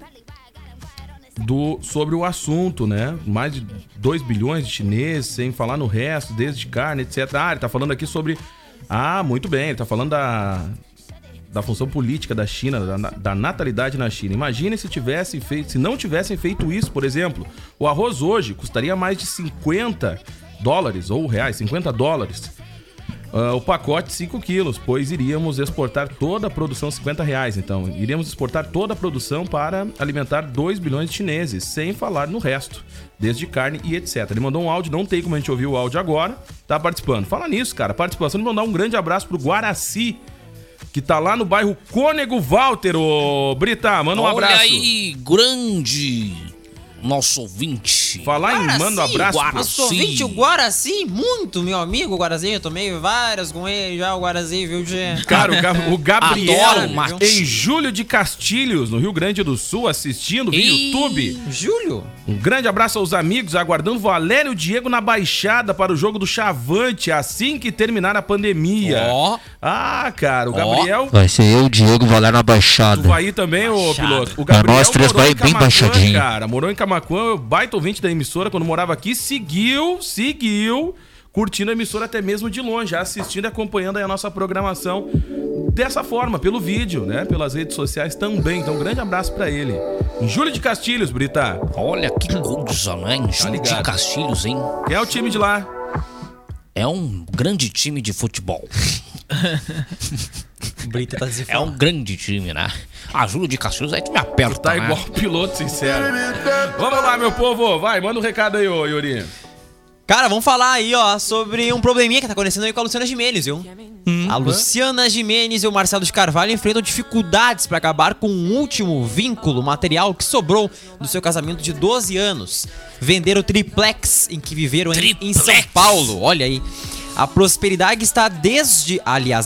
sobre o assunto, né? Mais de 2 bilhões de chineses, sem falar no resto, desde carne, etc. Ele tá falando aqui sobre... muito bem, ele tá falando da função política da China, da natalidade na China. Imagine se não tivessem feito isso, por exemplo. O arroz hoje custaria mais de $50 ou reais, $50. O pacote 5 quilos, pois iríamos exportar toda a produção R$50. Então, iríamos exportar toda a produção para alimentar 2 bilhões de chineses, sem falar no resto, desde carne e etc. Ele mandou um áudio, não tem como a gente ouvir o áudio agora, tá participando. Fala nisso, cara, participação de mandar um grande abraço pro Guaraci, que tá lá no bairro Cônego Walter, ô Brita, manda um abraço. Olha aí, grande... nosso ouvinte. Falar em manda um abraço. Nosso ouvinte, o Guaraci, muito meu amigo, o Guaraci, eu tomei várias com ele já, o Guaraci, viu, Gê? Cara, o Gabriel, Adoro, em Júlio de Castilhos, no Rio Grande do Sul, assistindo via YouTube. Júlio? Um grande abraço aos amigos, aguardando Valério Diego na Baixada para o jogo do Chavante, assim que terminar a pandemia. Cara, o Gabriel... Vai ser eu, Diego, Valério na Baixada. Tu vai ir também, ô piloto? O Gabriel nós três vai bem baixadinho. Cara, morou em Camaquã, baita ouvinte da emissora, quando morava aqui, seguiu, curtindo a emissora até mesmo de longe, já assistindo e acompanhando aí a nossa programação dessa forma, pelo vídeo, né? Pelas redes sociais também. Então, um grande abraço pra ele. Em Júlio de Castilhos, Brita. Olha que coisa, né? Em Júlio de Castilhos, hein? Quem é o time de lá? É um grande time de futebol. Brita tá é um grande time, né? A Júlio de Castilhos aí tu me aperta, tá, né? Igual piloto sincero. Vamos lá, meu povo. Vai, manda um recado aí, ô Yuri. Cara, vamos falar aí, ó, sobre um probleminha que tá acontecendo aí com a Luciana Gimenez, viu? A Luciana Gimenez e o Marcelo de Carvalho enfrentam dificuldades pra acabar com um último vínculo material que sobrou do seu casamento de 12 anos. Venderam o triplex em que viveram em São Paulo. Olha aí. A propriedade está desde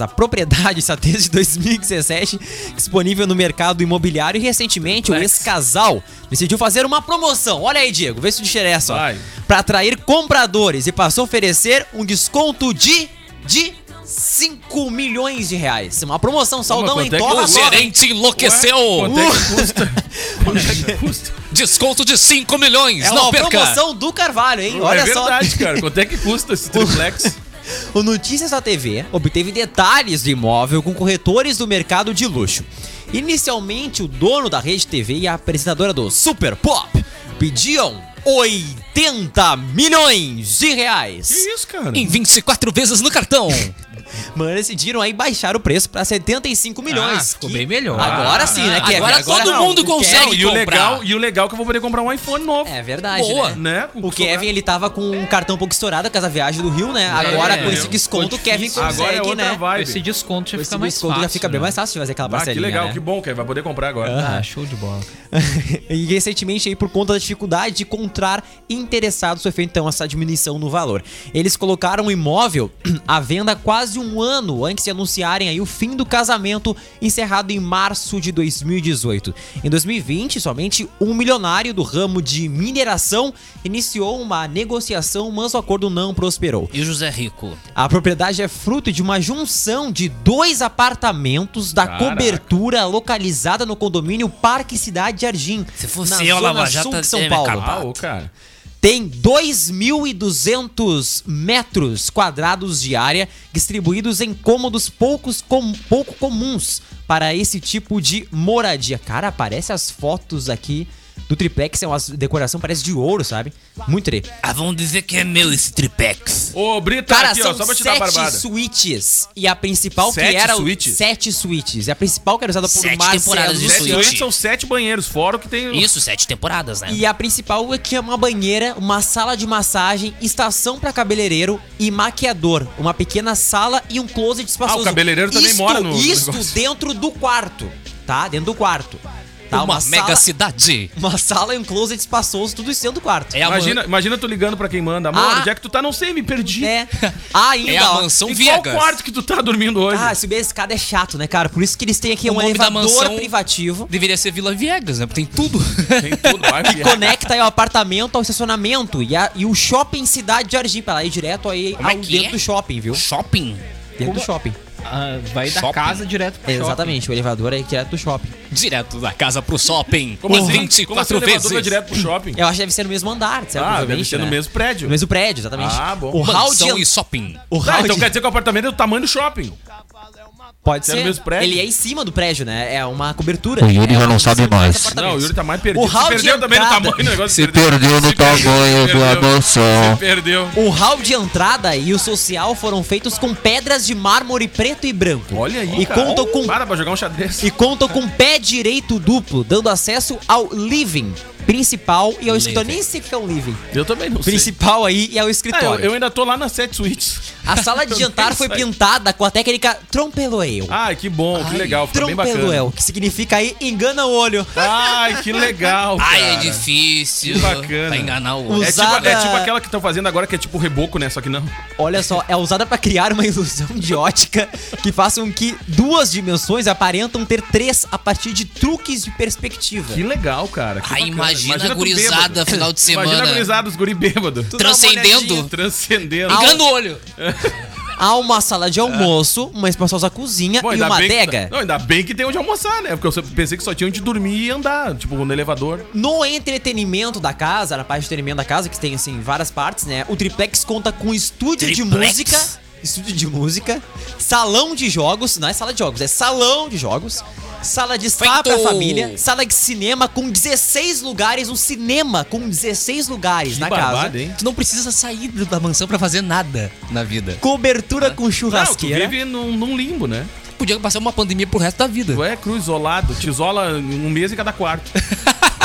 2017 disponível no mercado imobiliário e recentemente o ex-casal decidiu fazer uma promoção. Olha aí, Diego, vê se te interessa, ó. Para atrair compradores e passou a oferecer um desconto de 5 milhões de reais. Uma promoção, saudão em toda. O gerente enlouqueceu. Quanto é que custa? Quanto é que custa? Desconto de 5 milhões, é não uma perca. Promoção do Carvalho, hein? Olha só. É verdade, cara. Quanto é que custa esse triplex? O Notícias da TV obteve detalhes do imóvel com corretores do mercado de luxo. Inicialmente, o dono da Rede TV e a apresentadora do Super Pop pediam 80 milhões de reais. Que isso, cara? Em 24 vezes no cartão. Mano, decidiram aí baixar o preço pra 75 milhões. Ficou bem melhor. Agora sim, né, Kevin? Agora todo mundo consegue comprar. E o legal é que eu vou poder comprar um iPhone novo. É verdade, Boa, né? O Kevin, ele tava com um cartão um pouco estourado por causa da viagem do Rio, né? Agora, com esse desconto, o Kevin consegue, agora é outra né? vibe. Esse desconto já Esse fica mais desconto fácil. já fica bem mais fácil de fazer aquela parcelinha, que legal, né? que bom, Kevin. Vai poder comprar agora. Ah, show de bola. E recentemente, aí, por conta da dificuldade de encontrar interessados, foi feita então essa diminuição no valor. Eles colocaram o imóvel à venda quase um ano antes de anunciarem aí o fim do casamento, encerrado em março de 2018. Em 2020, somente um milionário do ramo de mineração iniciou uma negociação, mas o acordo não prosperou. E o José Rico? A propriedade é fruto de uma junção de 2 apartamentos da cobertura localizada no condomínio Parque Cidade Jardim, Se fosse na eu, zona Lava sul Jato de São Paulo. Cara. Tem 2.200 metros quadrados de área distribuídos em cômodos pouco comuns para esse tipo de moradia. Cara, aparece as fotos aqui do triplex, é uma decoração, parece de ouro, sabe? Muito tri. Ah, vamos dizer que é meu esse triplex. Ô, Brito, Cara, aqui, são ó, só pra te dar a 7 barbada. suítes. E a principal que 7 era... suítes? 7 suítes. E a principal que era usada por 7 Marcelo. temporadas de 7 suíte. suítes são 7 banheiros, fora o que tem... Isso, 7 temporadas, né? E a principal é que tinha uma banheira, uma sala de massagem, estação pra cabeleireiro e maquiador. Uma pequena sala e um closet espaçoso. Ah, o cabeleireiro também mora no Isto negócio. dentro do quarto, tá? Dentro do quarto. Tá, uma mega cidade. Uma sala e um closet espaçoso, tudo isso dentro do quarto. É a Imagina tu ligando pra quem manda. Amor, onde é que tu tá? Não sei, me perdi. É. Ainda, É a ó. mansão Em Viegas. qual quarto que tu tá dormindo hoje? Ah, subir a escada é chato, né, cara? Por isso que eles têm aqui O um nome da elevador mansão privativo Deveria ser Vila Viegas, né? Porque tem tudo. Tem tudo, vai, que conecta aí o apartamento ao estacionamento e o shopping Cidade Jardim, pra lá ir direto aí Como é ao que dentro é? do shopping, viu? Shopping. Dentro do shopping. Ah, vai da Shopping. casa direto pro shopping. Exatamente, o elevador é direto do shopping. Direto da casa pro shopping. Como assim? 24 Como assim o elevador vai vezes. direto pro shopping? Eu acho que deve ser no mesmo andar, certo? Ah, deve Provavelmente, ser no né? mesmo prédio. No mesmo prédio, exatamente. Ah, bom. O hall Mansão de... e shopping. O Ah, hall então de... quer dizer que o apartamento é do tamanho do shopping. Pode é ser. no mesmo prédio? Ele é em cima do prédio, né? É uma cobertura. O Yuri já não sabe mais. Não, o Yuri tá mais perdido. O hall Se de perdeu também no entrada. tamanho do negócio. Se perdeu no tamanho da mansão. Se perdeu. O hall de entrada e o social foram feitos com pedras de mármore preto e branco. Olha aí, E cara. contam com... Para pra jogar um xadrez. E contam com pé direito duplo, dando acesso ao living principal e ao escritório. Nem sei o que é um living. Eu também não sei. Principal aí e ao Ah, escritório. eu ainda tô lá nas 7 suítes. A sala de Eu jantar nem foi sei. pintada com a técnica trompeloel. Ai, que bom, que legal. Fica bem bacana. Trompeloel, que significa aí engana o olho. Ai, que legal, cara. Ai, é difícil. Que bacana. Pra enganar o outro. Usada- É tipo aquela que estão fazendo agora, que é tipo reboco, né? Só que não. Olha só, é usada pra criar uma ilusão de ótica que faça com que 2 dimensões aparentam ter 3 a partir de truques de perspectiva. Que legal, cara. Que Ai, bacana. imagina a tu gurizada bêbado. final de semana. Imagina a gurizada, os guri bêbado. Tu dá uma Transcendendo. olhadinha. Transcendendo. Engana o olho. Há uma sala de almoço, uma espaçosa cozinha Bom, e ainda uma bem que- adega. Não, ainda bem que tem onde almoçar, né? Porque eu pensei que só tinha onde dormir e andar, tipo, no elevador. No entretenimento da casa, na parte de entretenimento da casa, que tem, assim, várias partes, né? O triplex conta com estúdio de Triplex? música. Estúdio de música. Salão de jogos. Não é sala de jogos, é salão de jogos. Sala de estar pra Feito! família. Sala de cinema com 16 lugares. Um cinema com 16 lugares Que na barbada, casa. hein? Tu não precisa sair da mansão pra fazer nada na vida. Cobertura com Não, tu churrasqueira. vive num limbo, né? Podia passar uma pandemia pro resto da vida. Tu é cru isolado, te isola um mês em cada quarto.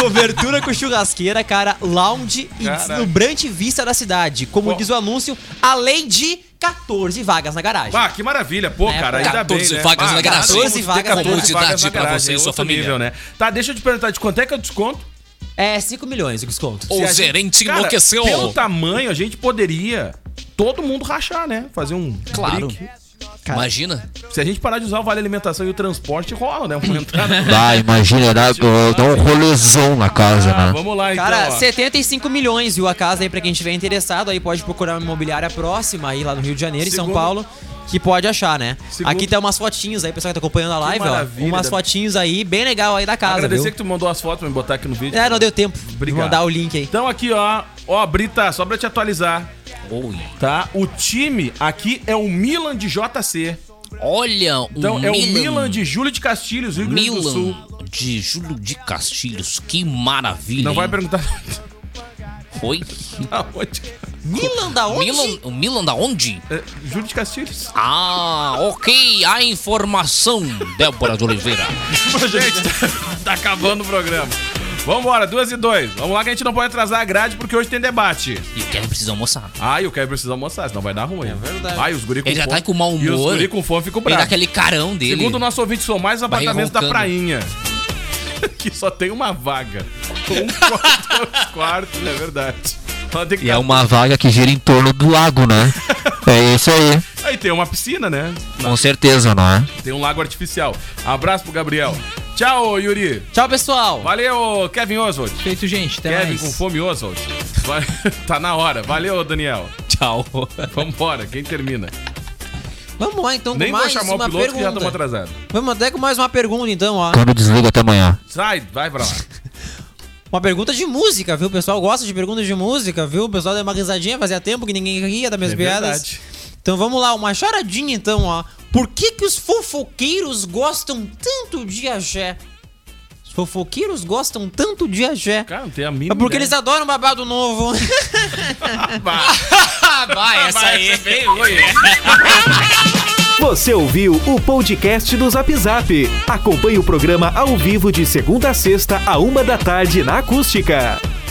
Cobertura com churrasqueira, cara, lounge e deslumbrante vista da cidade. Como diz o anúncio, além de 14 vagas na garagem. Ah, que maravilha. Pô, cara, ainda bem, 14 vagas na garagem. 14 vagas na Comodidade pra você e sua família. Nível, né? Tá, deixa eu te perguntar, de quanto é que é o desconto? É 5 milhões o desconto. O gerente enlouqueceu. Pelo tamanho, a gente poderia todo mundo rachar, né? Fazer um brick. Cara, imagina. Se a gente parar de usar o Vale Alimentação e o transporte, rola, né? Uma entrada. Imagina, dá um rolezão na casa, né? Vamos lá, então. Cara, 75 milhões, viu? A casa aí, pra quem estiver interessado, aí pode procurar uma imobiliária próxima aí lá no Rio de Janeiro, em São Paulo, que pode achar, né? Aqui tem umas fotinhas aí, pessoal que tá acompanhando a live, ó. Umas fotinhas aí, bem legal aí da casa, agradecer viu? que tu mandou as fotos pra me botar aqui no vídeo. Não deu tempo. Obrigado. Vou mandar o link aí. Então aqui, ó. Ó, Brita, só pra te atualizar. Tá? O time aqui é o Milan de JC. Olha, então é o Milan de Júlio de Castilhos, Rio Grande do Sul. De Júlio de Castilhos, que maravilha. Não vai perguntar. Foi? Aonde? Milan da onde? O Milan da onde? Júlio de Castilhos. Ah, ok. A informação, Débora de Oliveira. Gente, tá acabando o programa. Vambora, 2:02. Vamos lá que a gente não pode atrasar a grade porque hoje tem debate. E o Kevin precisa almoçar. E o Kevin precisa almoçar, senão vai dar ruim. É verdade. Os guri com ele já tá com mau humor. E os guri com fome ficam bravos. Ele dá aquele carão dele. Segundo o nosso ouvinte, são mais apartamentos da prainha. Que só tem uma vaga. Um quarto, é verdade. E é uma vaga que gira em torno do lago, né? É isso aí. Aí tem uma piscina, né? Com certeza, não é? Tem um lago artificial. Abraço pro Gabriel. Tchau, Yuri. Tchau, pessoal. Valeu, Kevin Oswald. Feito, gente. Até Kevin mais. com fome, Oswald. Tá na hora. Valeu, Daniel. Tchau. Vambora, quem termina? Vamos lá, então, com nem mais vou chamar uma o piloto pergunta. que já estamos atrasados. Vamos até com mais uma pergunta, então, ó. Quando desliga, até amanhã. Sai, vai pra lá. Uma pergunta de música, viu? O pessoal gosta de perguntas de música, viu? O pessoal deu uma risadinha, fazia tempo que ninguém ria das minhas piadas. Verdade. Então vamos lá, uma choradinha, então, ó. Por que os fofoqueiros gostam tanto de axé? Os fofoqueiros gostam tanto de axé. Cara, não tem a mínima. É porque eles adoram babado novo. Vai, essa aí é bem ruim. Você ouviu o podcast do Zap Zap. Acompanhe o programa ao vivo de segunda a sexta, à 1 da tarde na Acústica.